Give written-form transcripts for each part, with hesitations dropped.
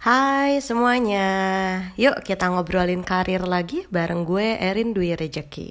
Hai semuanya, yuk kita ngobrolin karir lagi bareng gue Erin Dwi Rejeki.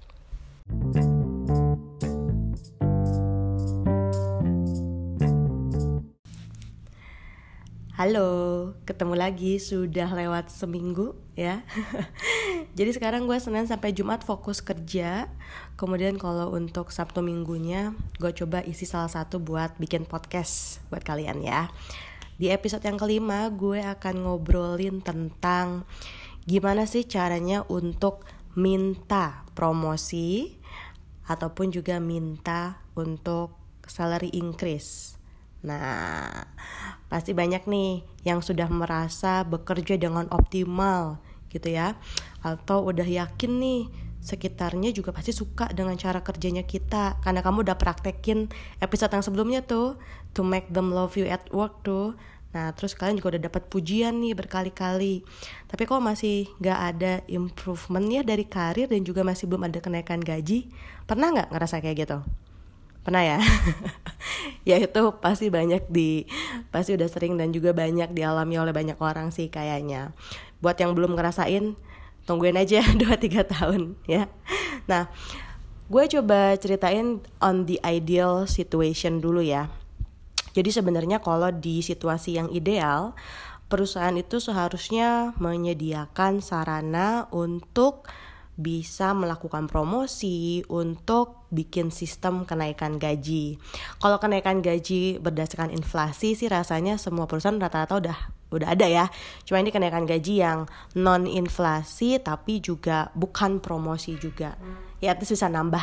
Halo, ketemu lagi, sudah lewat seminggu ya. Jadi sekarang gue Senin sampai Jumat fokus kerja. Kemudian kalau untuk Sabtu minggunya gue coba isi salah satu buat bikin podcast buat kalian ya. Di episode yang kelima gue akan ngobrolin tentang gimana sih caranya untuk minta promosi ataupun juga minta untuk salary increase. Nah, pasti banyak nih yang sudah merasa bekerja dengan optimal gitu ya, atau udah yakin nih sekitarnya juga pasti suka dengan cara kerjanya kita karena kamu udah praktekin episode yang sebelumnya tuh, to make them love you at work tuh. Nah, terus kalian juga udah dapat pujian nih berkali-kali. Tapi kok masih gak ada improvement ya dari karir dan juga masih belum ada kenaikan gaji? Pernah gak ngerasa kayak gitu? Pernah ya? Ya itu pasti pasti udah sering dan juga banyak dialami oleh banyak orang sih kayaknya. Buat yang belum ngerasain, tungguin aja 2-3 tahun ya. Nah, gue coba ceritain on the ideal situation dulu ya. Jadi sebenarnya kalau di situasi yang ideal, perusahaan itu seharusnya menyediakan sarana untuk bisa melakukan promosi, untuk bikin sistem kenaikan gaji. Kalau kenaikan gaji berdasarkan inflasi sih rasanya semua perusahaan rata-rata udah ada ya. Cuma ini kenaikan gaji yang non inflasi tapi juga bukan promosi juga. Ya itu bisa nambah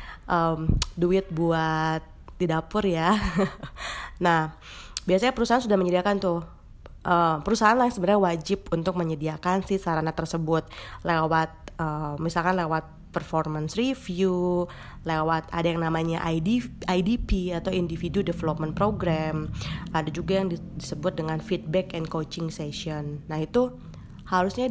duit buat di dapur ya. Nah, biasanya perusahaan sudah menyediakan tuh. Perusahaan lah sebenarnya wajib untuk menyediakan si sarana tersebut lewat misalkan lewat performance review, lewat ada yang namanya IDP atau Individual Development Program, ada juga yang disebut dengan feedback and coaching session. Nah itu harusnya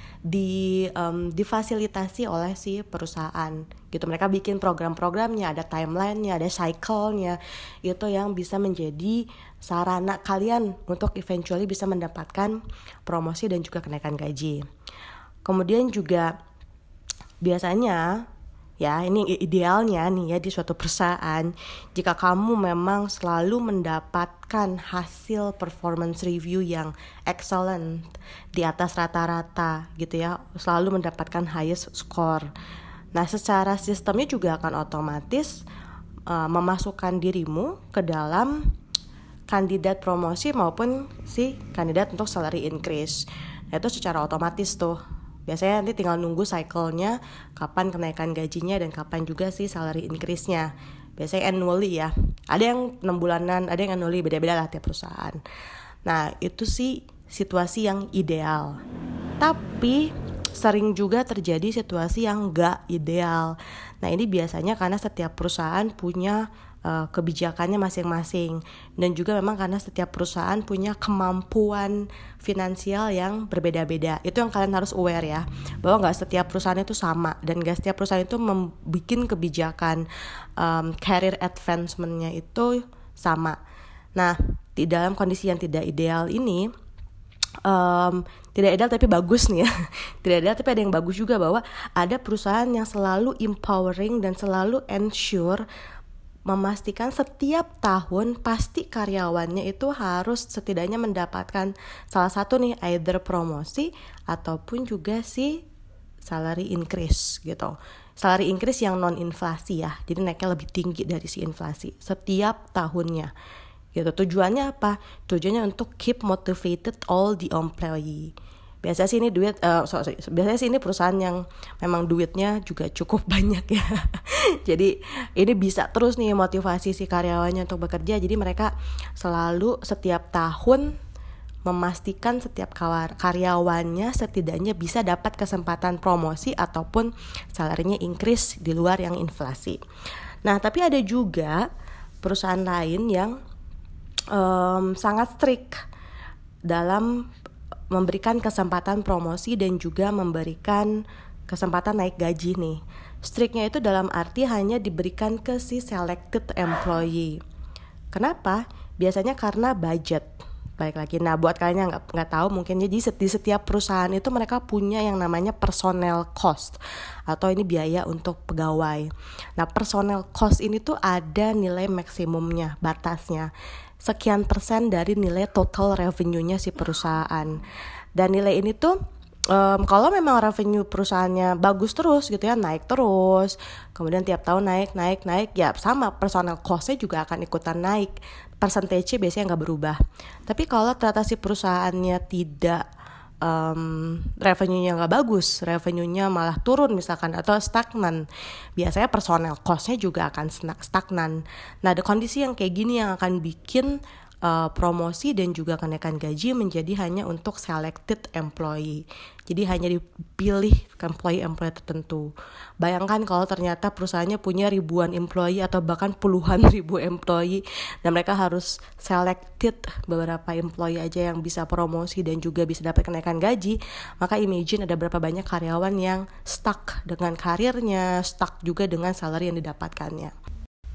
difasilitasi oleh si perusahaan gitu. Mereka bikin program-programnya, ada timelinenya, ada cycle-nya, itu yang bisa menjadi sarana kalian untuk eventually bisa mendapatkan promosi dan juga kenaikan gaji. Kemudian juga biasanya ya ini idealnya nih ya di suatu perusahaan, jika kamu memang selalu mendapatkan hasil performance review yang excellent di atas rata-rata gitu ya, selalu mendapatkan highest score. Nah secara sistemnya juga akan otomatis memasukkan dirimu ke dalam kandidat promosi maupun si kandidat untuk salary increase. Nah itu secara otomatis tuh. Biasanya nanti tinggal nunggu cycle-nya, kapan kenaikan gajinya dan kapan juga sih salary increase-nya. Biasanya annually ya. Ada yang 6 bulanan, ada yang annually, beda-beda lah tiap perusahaan. Nah, itu sih situasi yang ideal. Tapi sering juga terjadi situasi yang gak ideal. Nah, ini biasanya karena setiap perusahaan punya kebijakannya masing-masing, dan juga memang karena setiap perusahaan punya kemampuan finansial yang berbeda-beda. Itu yang kalian harus aware ya, bahwa nggak setiap perusahaan itu sama dan nggak setiap perusahaan itu membuat kebijakan career advancement-nya itu sama. Nah di dalam kondisi yang tidak ideal ini, tidak ideal tapi bagus nih ya. Tidak ideal tapi ada yang bagus juga, bahwa ada perusahaan yang selalu empowering dan selalu ensure, memastikan setiap tahun pasti karyawannya itu harus setidaknya mendapatkan salah satu nih, either promosi ataupun juga si salary increase gitu. Salary increase yang non inflasi ya, jadi naiknya lebih tinggi dari si inflasi setiap tahunnya gitu. Tujuannya apa? Tujuannya untuk keep motivated all the employee. Biasanya sih ini biasanya sih ini perusahaan yang memang duitnya juga cukup banyak ya. Jadi ini bisa terus nih motivasi si karyawannya untuk bekerja. Jadi mereka selalu setiap tahun memastikan setiap karyawannya setidaknya bisa dapat kesempatan promosi ataupun salarinya increase di luar yang inflasi. Nah tapi ada juga perusahaan lain yang sangat strict dalam memberikan kesempatan promosi dan juga memberikan kesempatan naik gaji nih. Strictnya itu dalam arti hanya diberikan ke si selected employee. Kenapa? Biasanya karena budget. balik lagi. Nah, buat kalian yang nggak tahu mungkin, jadi di setiap perusahaan itu mereka punya yang namanya personnel cost atau ini biaya untuk pegawai. Nah, personnel cost ini tuh ada nilai maksimumnya, batasnya sekian persen dari nilai total revenue-nya si perusahaan. Dan nilai ini tuh kalau memang revenue perusahaannya bagus terus gitu ya, naik terus, kemudian tiap tahun naik, ya sama personnel cost-nya juga akan ikutan naik. Persentage biasanya nggak berubah. Tapi kalau ternyata si perusahaannya tidak revenue-nya nggak bagus, revenue-nya malah turun misalkan atau stagnan, biasanya personnel cost-nya juga akan stagnan. Nah, ada kondisi yang kayak gini yang akan bikin promosi dan juga kenaikan gaji menjadi hanya untuk selected employee. Jadi hanya dipilih employee tertentu. Bayangkan kalau ternyata perusahaannya punya ribuan employee atau bahkan puluhan ribu employee dan mereka harus selected beberapa employee aja yang bisa promosi dan juga bisa dapat kenaikan gaji, maka imagine ada berapa banyak karyawan yang stuck dengan karirnya, stuck juga dengan salary yang didapatkannya.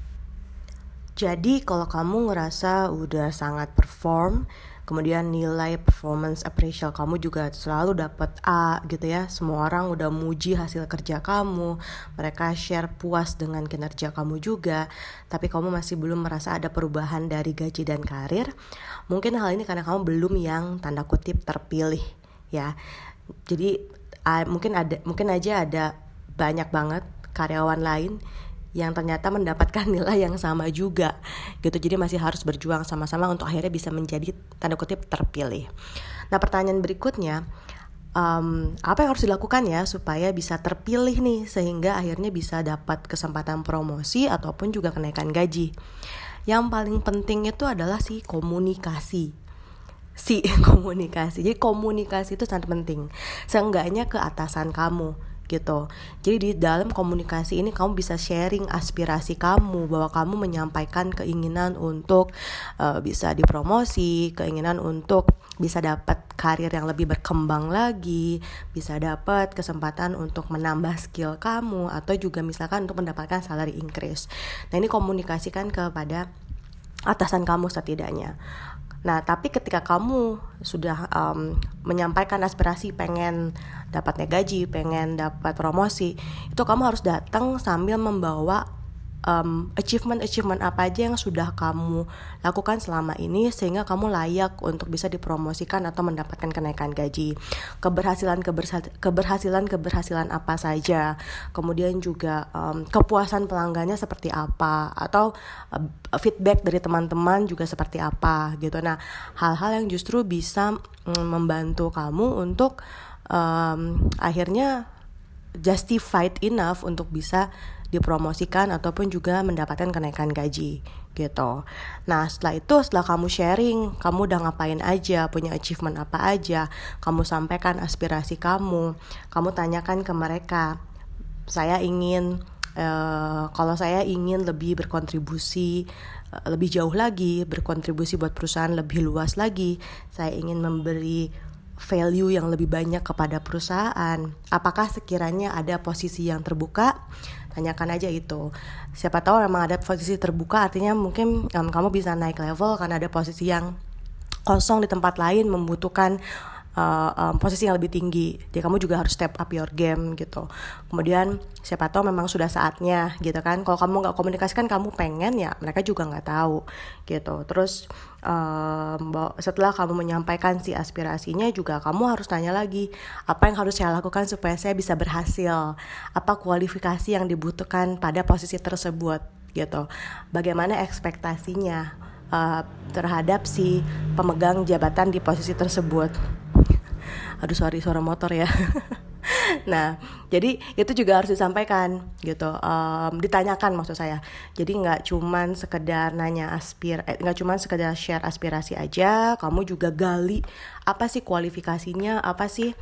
Jadi kalau kamu ngerasa udah sangat perform, kemudian nilai performance appraisal kamu juga selalu dapat A gitu ya, semua orang udah muji hasil kerja kamu, mereka share puas dengan kinerja kamu juga, tapi kamu masih belum merasa ada perubahan dari gaji dan karir, mungkin hal ini karena kamu belum yang tanda kutip terpilih ya. Jadi mungkin aja ada banyak banget karyawan lain yang ternyata mendapatkan nilai yang sama juga gitu. Jadi masih harus berjuang sama-sama untuk akhirnya bisa menjadi tanda kutip terpilih. Nah, pertanyaan berikutnya, apa yang harus dilakukan ya supaya bisa terpilih nih sehingga akhirnya bisa dapat kesempatan promosi ataupun juga kenaikan gaji? Yang paling penting itu adalah komunikasi. Jadi komunikasi itu sangat penting. Seenggaknya ke atasan kamu gitu. Jadi di dalam komunikasi ini kamu bisa sharing aspirasi kamu, bahwa kamu menyampaikan keinginan untuk bisa dipromosi, keinginan untuk bisa dapat karir yang lebih berkembang lagi, bisa dapat kesempatan untuk menambah skill kamu, atau juga misalkan untuk mendapatkan salary increase. Nah, ini komunikasikan kepada atasan kamu setidaknya. Nah, tapi ketika kamu sudah menyampaikan aspirasi pengen dapatnya gaji, pengen dapat promosi, itu kamu harus datang sambil membawa achievement apa aja yang sudah kamu lakukan selama ini sehingga kamu layak untuk bisa dipromosikan atau mendapatkan kenaikan gaji. Keberhasilan apa saja, kemudian juga kepuasan pelanggannya seperti apa, atau feedback dari teman-teman juga seperti apa gitu. Nah, hal-hal yang justru bisa membantu kamu untuk akhirnya justified enough untuk bisa dipromosikan ataupun juga mendapatkan kenaikan gaji gitu. Nah, setelah kamu sharing, kamu udah ngapain aja, punya achievement apa aja, kamu sampaikan aspirasi kamu tanyakan ke mereka, kalau saya ingin lebih berkontribusi lebih jauh lagi, berkontribusi buat perusahaan lebih luas lagi, saya ingin memberi value yang lebih banyak kepada perusahaan. Apakah sekiranya ada posisi yang terbuka? Tanyakan aja itu. Siapa tahu memang ada posisi terbuka, artinya mungkin kamu bisa naik level karena ada posisi yang kosong di tempat lain membutuhkan posisi yang lebih tinggi. Jadi kamu juga harus step up your game gitu. Kemudian siapa tahu memang sudah saatnya gitu kan. Kalau kamu nggak komunikasikan kamu pengen, ya mereka juga nggak tahu gitu. Terus setelah kamu menyampaikan si aspirasinya juga kamu harus tanya lagi, apa yang harus saya lakukan supaya saya bisa berhasil, apa kualifikasi yang dibutuhkan pada posisi tersebut gitu. Bagaimana ekspektasinya terhadap si pemegang jabatan di posisi tersebut. Aduh, sorry, suara motor ya. Nah, jadi itu juga harus disampaikan gitu, ditanyakan maksud saya. Jadi nggak cuman sekedar nggak cuman sekedar share aspirasi aja, kamu juga gali apa sih kualifikasinya, apa sih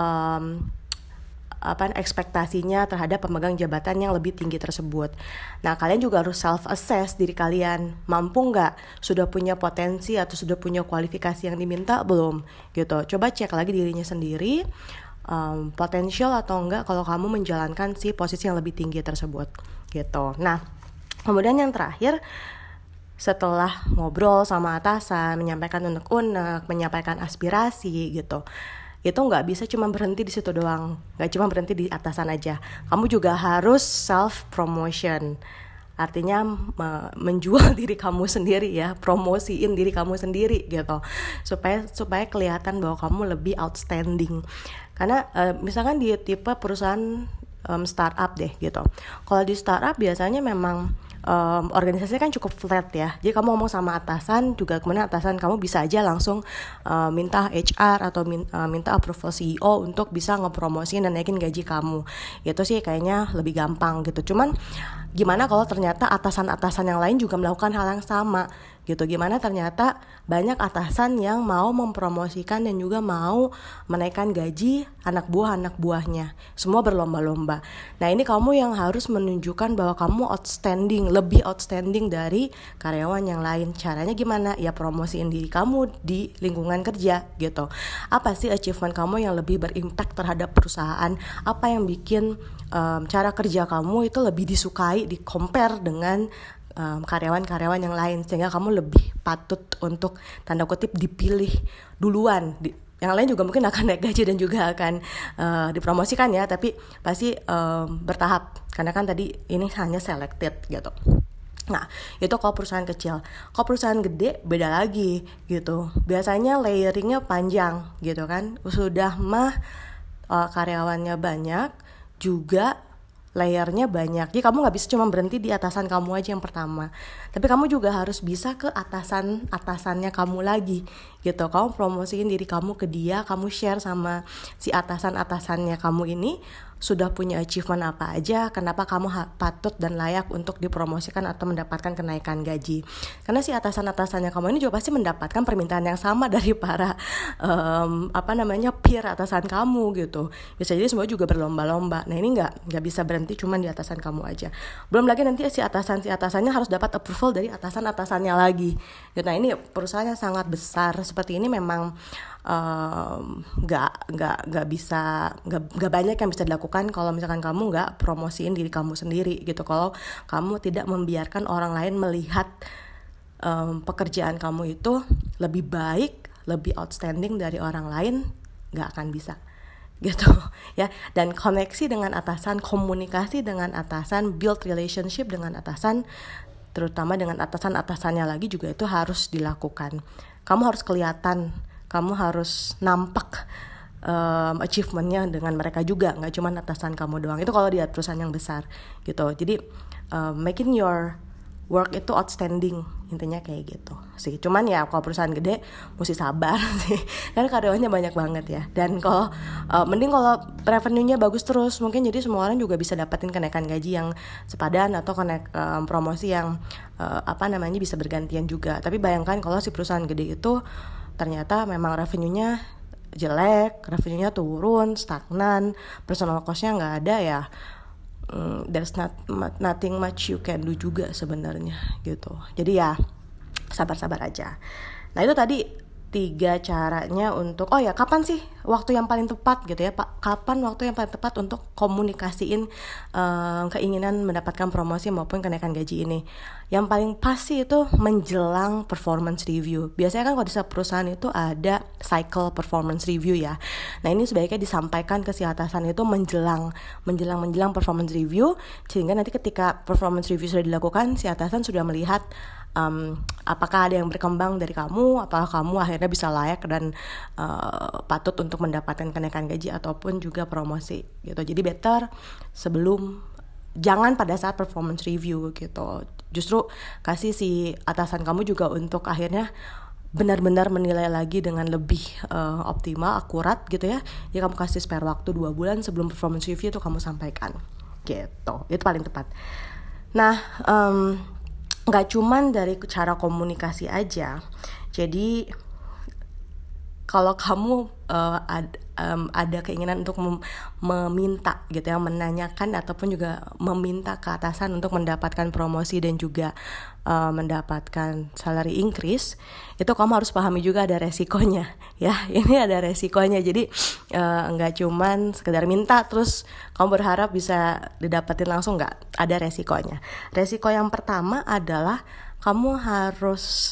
ekspektasinya terhadap pemegang jabatan yang lebih tinggi tersebut. Nah, kalian juga harus self-assess diri kalian, mampu nggak, sudah punya potensi atau sudah punya kualifikasi yang diminta belum gitu. Coba cek lagi dirinya sendiri, potensial atau enggak kalau kamu menjalankan si posisi yang lebih tinggi tersebut gitu. Nah, kemudian yang terakhir, setelah ngobrol sama atasan, menyampaikan unek-unek, menyampaikan aspirasi gitu, itu nggak bisa cuma berhenti di situ doang, nggak cuma berhenti di atasan aja. Kamu juga harus self promotion, artinya menjual diri kamu sendiri ya, promosiin diri kamu sendiri gitu, supaya kelihatan bahwa kamu lebih outstanding. Karena misalkan di tipe perusahaan startup deh gitu. Kalau di startup biasanya memang organisasinya kan cukup flat ya. Jadi kamu ngomong sama atasan juga, kemudian atasan kamu bisa aja langsung minta HR atau minta approval CEO untuk bisa ngepromosiin dan naikin gaji kamu. Itu sih kayaknya lebih gampang gitu. Cuman gimana kalau ternyata atasan-atasan yang lain juga melakukan hal yang sama gitu? Gimana ternyata banyak atasan yang mau mempromosikan dan juga mau menaikkan gaji anak buahnya, semua berlomba-lomba. Nah ini kamu yang harus menunjukkan bahwa kamu outstanding, lebih outstanding dari karyawan yang lain. Caranya gimana? Ya promosiin diri kamu di lingkungan kerja gitu. Apa sih achievement kamu yang lebih berimpact terhadap perusahaan? Apa yang bikin cara kerja kamu itu lebih disukai, di compare dengan karyawan-karyawan yang lain, sehingga kamu lebih patut untuk tanda kutip dipilih duluan. Yang lain juga mungkin akan naik gaji dan juga akan dipromosikan ya, tapi pasti bertahap, karena kan tadi ini hanya selected gitu. Nah itu kalau perusahaan kecil. Kalau perusahaan gede beda lagi gitu, biasanya layeringnya panjang gitu kan. Sudah karyawannya banyak, juga layernya banyak. Jadi kamu gak bisa cuma berhenti di atasan kamu aja yang pertama, tapi kamu juga harus bisa ke atasannya kamu lagi gitu. Kamu promosiin diri kamu ke dia, kamu share sama si atasannya kamu ini sudah punya achievement apa aja, kenapa kamu patut dan layak untuk dipromosikan atau mendapatkan kenaikan gaji. Karena si atasannya kamu ini juga pasti mendapatkan permintaan yang sama dari para peer atasan kamu gitu. Bisa jadi semua juga berlomba-lomba. Nah ini nggak bisa berhenti cuma di atasan kamu aja. Belum lagi nanti si atasannya harus dapat approval dari atasannya lagi. Nah ini perusahaan yang sangat besar seperti ini memang nggak banyak yang bisa dilakukan kalau misalkan kamu nggak promosiin diri kamu sendiri gitu. Kalau kamu tidak membiarkan orang lain melihat pekerjaan kamu itu lebih baik, lebih outstanding dari orang lain, nggak akan bisa gitu ya. Dan koneksi dengan atasan, komunikasi dengan atasan, build relationship dengan atasan, terutama dengan atasannya lagi juga itu harus dilakukan. Kamu harus kelihatan, kamu harus nampak achievementnya dengan mereka juga, nggak cuma atasan kamu doang. Itu kalau di perusahaan yang besar gitu. Jadi making your work itu outstanding, intinya kayak gitu sih. Cuman ya kalau perusahaan gede mesti sabar sih, karena karyawannya banyak banget ya. Dan kalau mending kalau revenue-nya bagus terus, mungkin jadi semua orang juga bisa dapetin kenaikan gaji yang sepadan atau promosi yang bisa bergantian juga. Tapi bayangkan kalau si perusahaan gede itu ternyata memang revenue-nya jelek, revenue-nya turun, stagnan, personal cost-nya nggak ada ya, there's nothing much you can do juga sebenarnya gitu. Jadi ya sabar-sabar aja. Nah itu tadi 3 caranya untuk, kapan sih waktu yang paling tepat gitu ya Pak? Kapan waktu yang paling tepat untuk komunikasiin keinginan mendapatkan promosi maupun kenaikan gaji ini? Yang paling pasti itu menjelang performance review. Biasanya kan kalau di perusahaan itu ada cycle performance review ya. Nah ini sebaiknya disampaikan ke si atasan itu menjelang performance review, sehingga nanti ketika performance review sudah dilakukan, si atasan sudah melihat apakah ada yang berkembang dari kamu, apakah kamu akhirnya bisa layak dan patut untuk mendapatkan kenaikan gaji ataupun juga promosi gitu. Jadi better jangan pada saat performance review gitu. Justru kasih si atasan kamu juga untuk akhirnya benar-benar menilai lagi dengan lebih optimal, akurat gitu ya. Jadi kamu kasih spare waktu 2 bulan sebelum performance review itu kamu sampaikan gitu. Itu paling tepat. Nah nggak cuman dari cara komunikasi aja. Jadi kalau kamu ada keinginan untuk meminta gitu ya, menanyakan ataupun juga meminta ke atasan untuk mendapatkan promosi dan juga mendapatkan salary increase, itu kamu harus pahami juga ada resikonya ya. Ini ada resikonya. Jadi nggak cuman sekedar minta terus kamu berharap bisa didapatin langsung, nggak, ada resikonya. Resiko yang pertama adalah kamu harus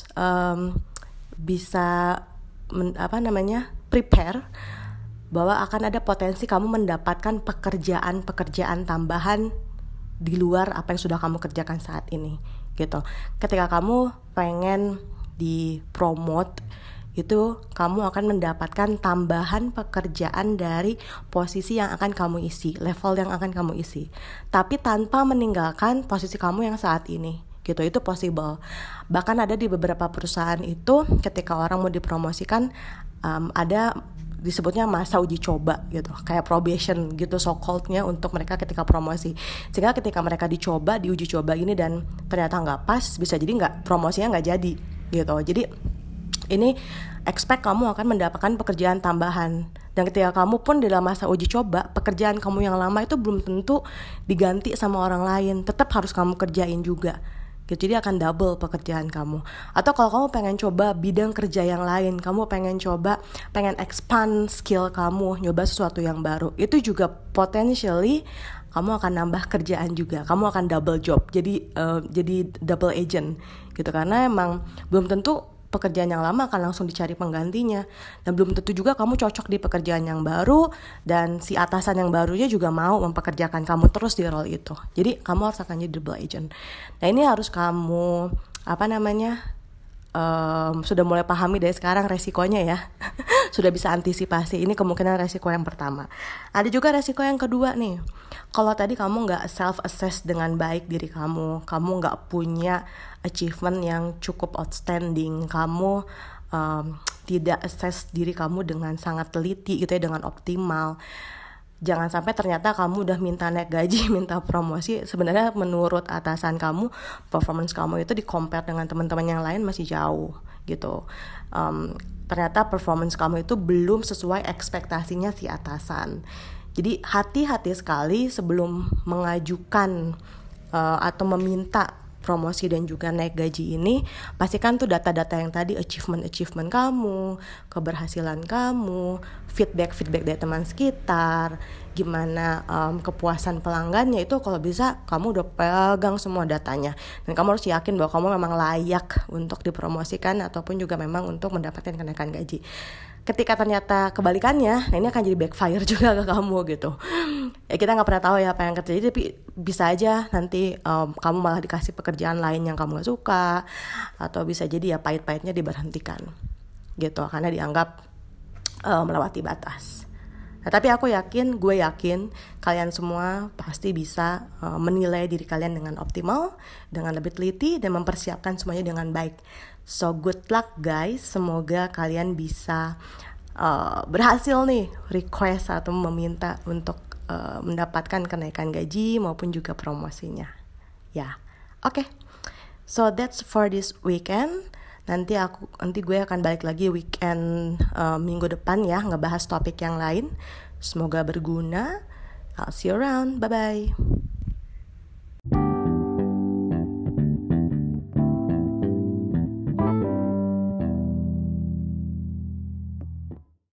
bisa prepare bahwa akan ada potensi kamu mendapatkan pekerjaan tambahan di luar apa yang sudah kamu kerjakan saat ini gitu. Ketika kamu pengen dipromote, itu kamu akan mendapatkan tambahan pekerjaan dari posisi yang akan kamu isi, level yang akan kamu isi, tapi tanpa meninggalkan posisi kamu yang saat ini gitu. Itu possible. Bahkan ada di beberapa perusahaan itu ketika orang mau dipromosikan, ada disebutnya masa uji coba gitu, kayak probation gitu so callednya untuk mereka ketika promosi, sehingga ketika mereka diuji coba ini dan ternyata nggak pas, bisa jadi promosinya nggak jadi gitu. Jadi ini expect kamu akan mendapatkan pekerjaan tambahan, dan ketika kamu pun dalam masa uji coba, pekerjaan kamu yang lama itu belum tentu diganti sama orang lain, tetap harus kamu kerjain juga gitu. Jadi akan double pekerjaan kamu. Atau kalau kamu pengen coba bidang kerja yang lain, kamu pengen expand skill kamu, nyoba sesuatu yang baru, itu juga potentially kamu akan nambah kerjaan juga, kamu akan double job, jadi double agent gitu. Karena emang belum tentu pekerjaan yang lama akan langsung dicari penggantinya, dan belum tentu juga kamu cocok di pekerjaan yang baru, dan si atasan yang barunya juga mau mempekerjakan kamu terus di role itu. Jadi kamu harus akan jadi double agent. Nah ini harus kamu sudah mulai pahami dari sekarang resikonya ya. Sudah bisa antisipasi, ini kemungkinan resiko yang pertama. Ada juga resiko yang kedua nih. Kalau tadi kamu gak self-assess dengan baik diri kamu gak punya achievement yang cukup outstanding, kamu tidak assess diri kamu dengan sangat teliti gitu ya, dengan optimal. Jangan sampai ternyata kamu udah minta naik gaji, minta promosi, sebenarnya menurut atasan kamu, performance kamu itu di-compare dengan teman-teman yang lain masih jauh gitu. Ternyata performance kamu itu belum sesuai ekspektasinya si atasan. Jadi hati-hati sekali sebelum mengajukan atau meminta promosi dan juga naik gaji ini, pastikan tuh data-data yang tadi, achievement kamu, keberhasilan kamu, feedback dari teman sekitar, gimana kepuasan pelanggannya, itu kalau bisa kamu udah pegang semua datanya, dan kamu harus yakin bahwa kamu memang layak untuk dipromosikan ataupun juga memang untuk mendapatkan kenaikan gaji. Ketika ternyata kebalikannya, nah ini akan jadi backfire juga ke kamu gitu. Kita nggak pernah tahu ya apa yang terjadi, tapi bisa aja nanti kamu malah dikasih pekerjaan lain yang kamu nggak suka, atau bisa jadi ya pahit-pahitnya diberhentikan gitu karena dianggap melewati batas. Nah, tapi gue yakin kalian semua pasti bisa menilai diri kalian dengan optimal, dengan lebih teliti, dan mempersiapkan semuanya dengan baik. So good luck guys, semoga kalian bisa berhasil nih request atau meminta untuk mendapatkan kenaikan gaji maupun juga promosinya. Ya, oke. So that's for this weekend. Nanti gue akan balik lagi weekend minggu depan ya, ngebahas topik yang lain. Semoga berguna. I'll see you around. Bye bye.